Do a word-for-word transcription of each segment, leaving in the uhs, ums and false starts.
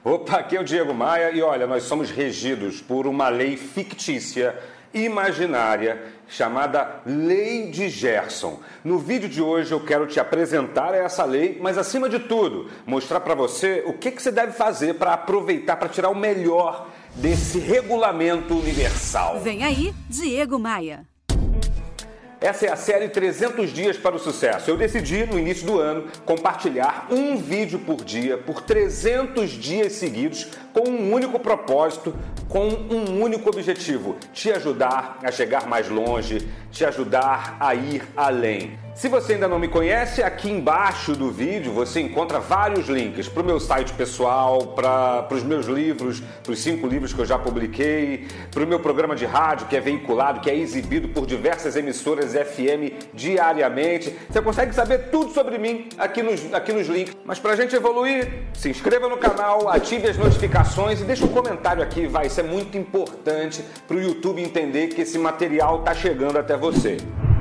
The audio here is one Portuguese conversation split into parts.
Opa, aqui é o Diego Maia e olha, nós somos regidos por uma lei fictícia, imaginária, chamada Lei de Gerson. No vídeo de hoje eu quero te apresentar essa lei, mas acima de tudo, mostrar para você o que, que você deve fazer para aproveitar, para tirar o melhor desse regulamento universal. Vem aí, Diego Maia. Essa é a série trezentos dias para o sucesso. Eu decidi, no início do ano, compartilhar um vídeo por dia, por trezentos dias seguidos, com um único propósito, com um único objetivo: te ajudar a chegar mais longe, te ajudar a ir além. Se você ainda não me conhece, aqui embaixo do vídeo você encontra vários links para o meu site pessoal, para os meus livros, para os cinco livros que eu já publiquei, para o meu programa de rádio que é veiculado, que é exibido por diversas emissoras F M diariamente. Você consegue saber tudo sobre mim aqui nos, aqui nos links. Mas para a gente evoluir, se inscreva no canal, ative as notificações e deixa um comentário aqui, vai. Isso é muito importante para o YouTube entender que esse material está chegando até você.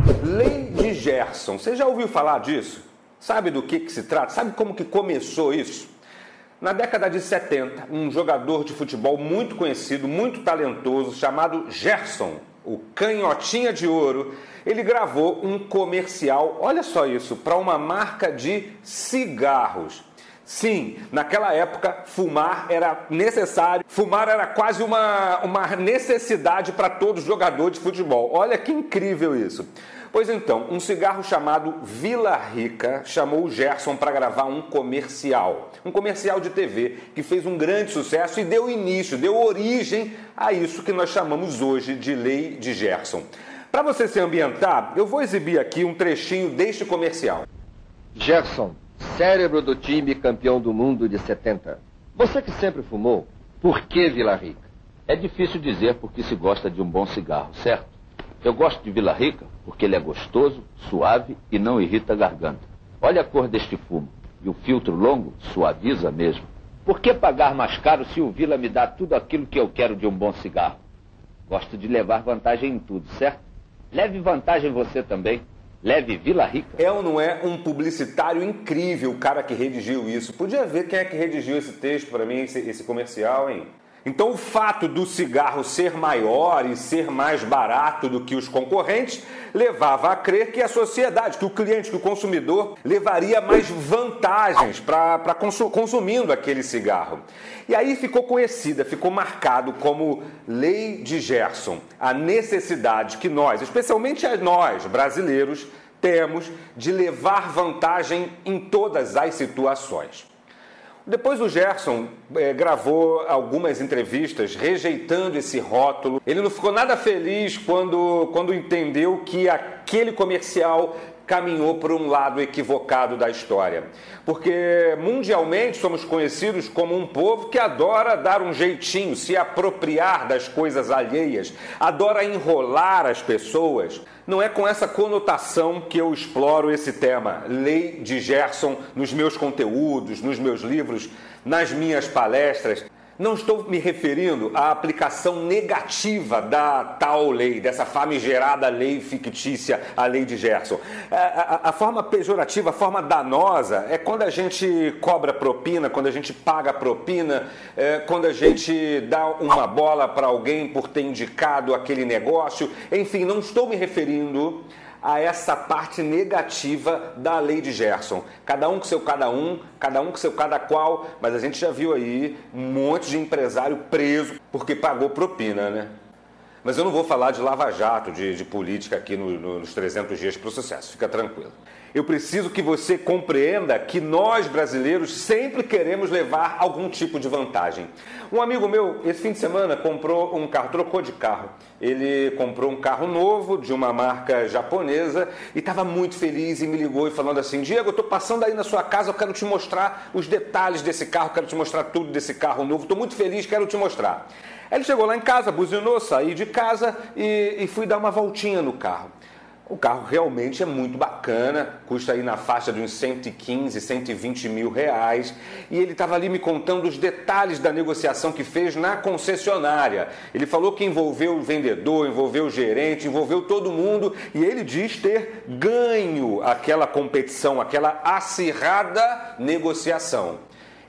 Lei de Gerson, você já ouviu falar disso? Sabe do que, que se trata? Sabe como que começou isso? Na década de setenta, um jogador de futebol muito conhecido, muito talentoso, chamado Gerson, o Canhotinha de Ouro, ele gravou um comercial, olha só isso, para uma marca de cigarros. Sim, naquela época fumar era necessário, fumar era quase uma, uma necessidade para todo jogador de futebol. Olha que incrível isso. Pois então, um cigarro chamado Vila Rica chamou o Gerson para gravar um comercial. Um comercial de T V que fez um grande sucesso e deu início, deu origem a isso que nós chamamos hoje de Lei de Gerson. Para você se ambientar, eu vou exibir aqui um trechinho deste comercial. Gerson, cérebro do time campeão do mundo de setenta. Você que sempre fumou, por que Vila Rica? É difícil dizer porque se gosta de um bom cigarro, certo? Eu gosto de Vila Rica porque ele é gostoso, suave e não irrita a garganta. Olha a cor deste fumo. E o filtro longo suaviza mesmo. Por que pagar mais caro se o Vila me dá tudo aquilo que eu quero de um bom cigarro? Gosto de levar vantagem em tudo, certo? Leve vantagem você também. Leve Vila Rica. É ou não é um publicitário incrível o cara que redigiu isso? Podia ver quem é que redigiu esse texto para mim, esse, esse comercial, hein? Então o fato do cigarro ser maior e ser mais barato do que os concorrentes levava a crer que a sociedade, que o cliente, que o consumidor levaria mais vantagens para consu, consumindo aquele cigarro. E aí ficou conhecida, ficou marcado como Lei de Gerson, a necessidade que nós, especialmente nós brasileiros, temos de levar vantagem em todas as situações. Depois o Gerson é, gravou algumas entrevistas rejeitando esse rótulo. Ele não ficou nada feliz quando, quando entendeu que aquele comercial caminhou por um lado equivocado da história. Porque mundialmente somos conhecidos como um povo que adora dar um jeitinho, se apropriar das coisas alheias, adora enrolar as pessoas. Não é com essa conotação que eu exploro esse tema, Lei de Gerson, nos meus conteúdos, nos meus livros, nas minhas palestras. Não estou me referindo à aplicação negativa da tal lei, dessa famigerada lei fictícia, a Lei de Gerson. A, a, a forma pejorativa, a forma danosa é quando a gente cobra propina, quando a gente paga propina, é, quando a gente dá uma bola para alguém por ter indicado aquele negócio. Enfim, não estou me referindo a essa parte negativa da Lei de Gerson. Cada um com seu cada um, cada um com seu cada qual, mas a gente já viu aí um monte de empresário preso porque pagou propina, né? Mas eu não vou falar de lava-jato, de, de política aqui no, no, nos trezentos dias para o sucesso, fica tranquilo. Eu preciso que você compreenda que nós, brasileiros, sempre queremos levar algum tipo de vantagem. Um amigo meu, esse fim de semana, comprou um carro, trocou de carro. Ele comprou um carro novo, de uma marca japonesa, e estava muito feliz e me ligou e falando assim: Diego, eu estou passando aí na sua casa, eu quero te mostrar os detalhes desse carro, quero te mostrar tudo desse carro novo, estou muito feliz, quero te mostrar. Aí ele chegou lá em casa, buzinou, saí de casa e, e fui dar uma voltinha no carro. O carro realmente é muito bacana, custa aí na faixa de uns cento e quinze, cento e vinte mil reais. E ele estava ali me contando os detalhes da negociação que fez na concessionária. Ele falou que envolveu o vendedor, envolveu o gerente, envolveu todo mundo. E ele diz ter ganho aquela competição, aquela acirrada negociação.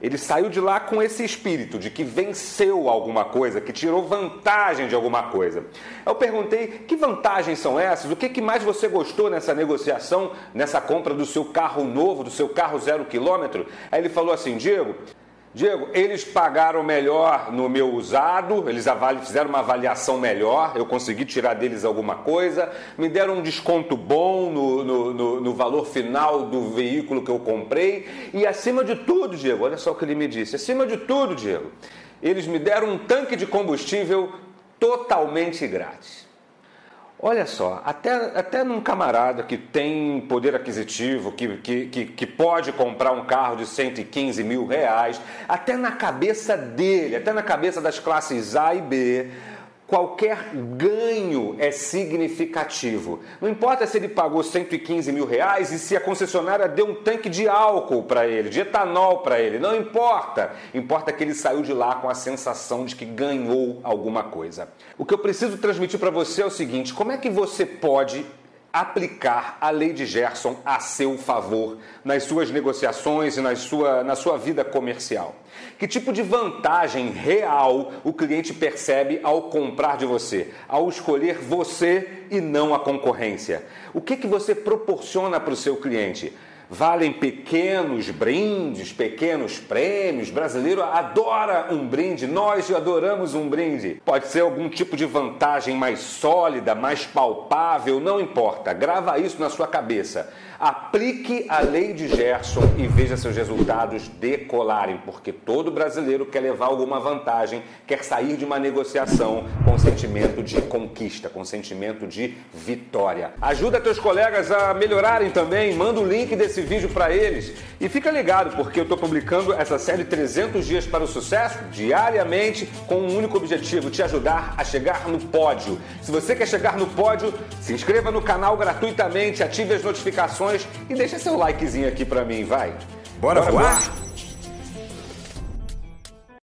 Ele saiu de lá com esse espírito de que venceu alguma coisa, que tirou vantagem de alguma coisa. Eu perguntei, que vantagens são essas? O que, que mais você gostou nessa negociação, nessa compra do seu carro novo, do seu carro zero quilômetro? Aí ele falou assim, Diego... Diego, eles pagaram melhor no meu usado, eles fizeram uma avaliação melhor, eu consegui tirar deles alguma coisa, me deram um desconto bom no, no, no, no valor final do veículo que eu comprei e acima de tudo, Diego, olha só o que ele me disse, acima de tudo, Diego, eles me deram um tanque de combustível totalmente grátis. Olha só, até, até num camarada que tem poder aquisitivo, que, que, que, que pode comprar um carro de cento e quinze mil reais, até na cabeça dele, até na cabeça das classes A e B, qualquer ganho é significativo. Não importa se ele pagou cento e quinze mil reais e se a concessionária deu um tanque de álcool para ele, de etanol para ele. Não importa. Importa que ele saiu de lá com a sensação de que ganhou alguma coisa. O que eu preciso transmitir para você é o seguinte: como é que você pode aplicar a lei de Gerson a seu favor nas suas negociações e na sua, na sua vida comercial? Que tipo de vantagem real o cliente percebe ao comprar de você, ao escolher você e não a concorrência? O que, que você proporciona para o seu cliente? Valem pequenos brindes, pequenos prêmios. O brasileiro adora um brinde, nós adoramos um brinde. Pode ser algum tipo de vantagem mais sólida, mais palpável, não importa. Grava isso na sua cabeça. Aplique a lei de Gerson e veja seus resultados decolarem, porque todo brasileiro quer levar alguma vantagem, quer sair de uma negociação com sentimento de conquista, com sentimento de vitória. Ajuda teus colegas a melhorarem também, manda o link desse vídeo para eles e fica ligado, porque eu estou publicando essa série trezentos dias para o sucesso diariamente com um único objetivo: te ajudar a chegar no pódio. Se você quer chegar no pódio, se inscreva no canal gratuitamente, ative as notificações e deixa seu likezinho aqui para mim, vai. Bora, Bora voar? voar?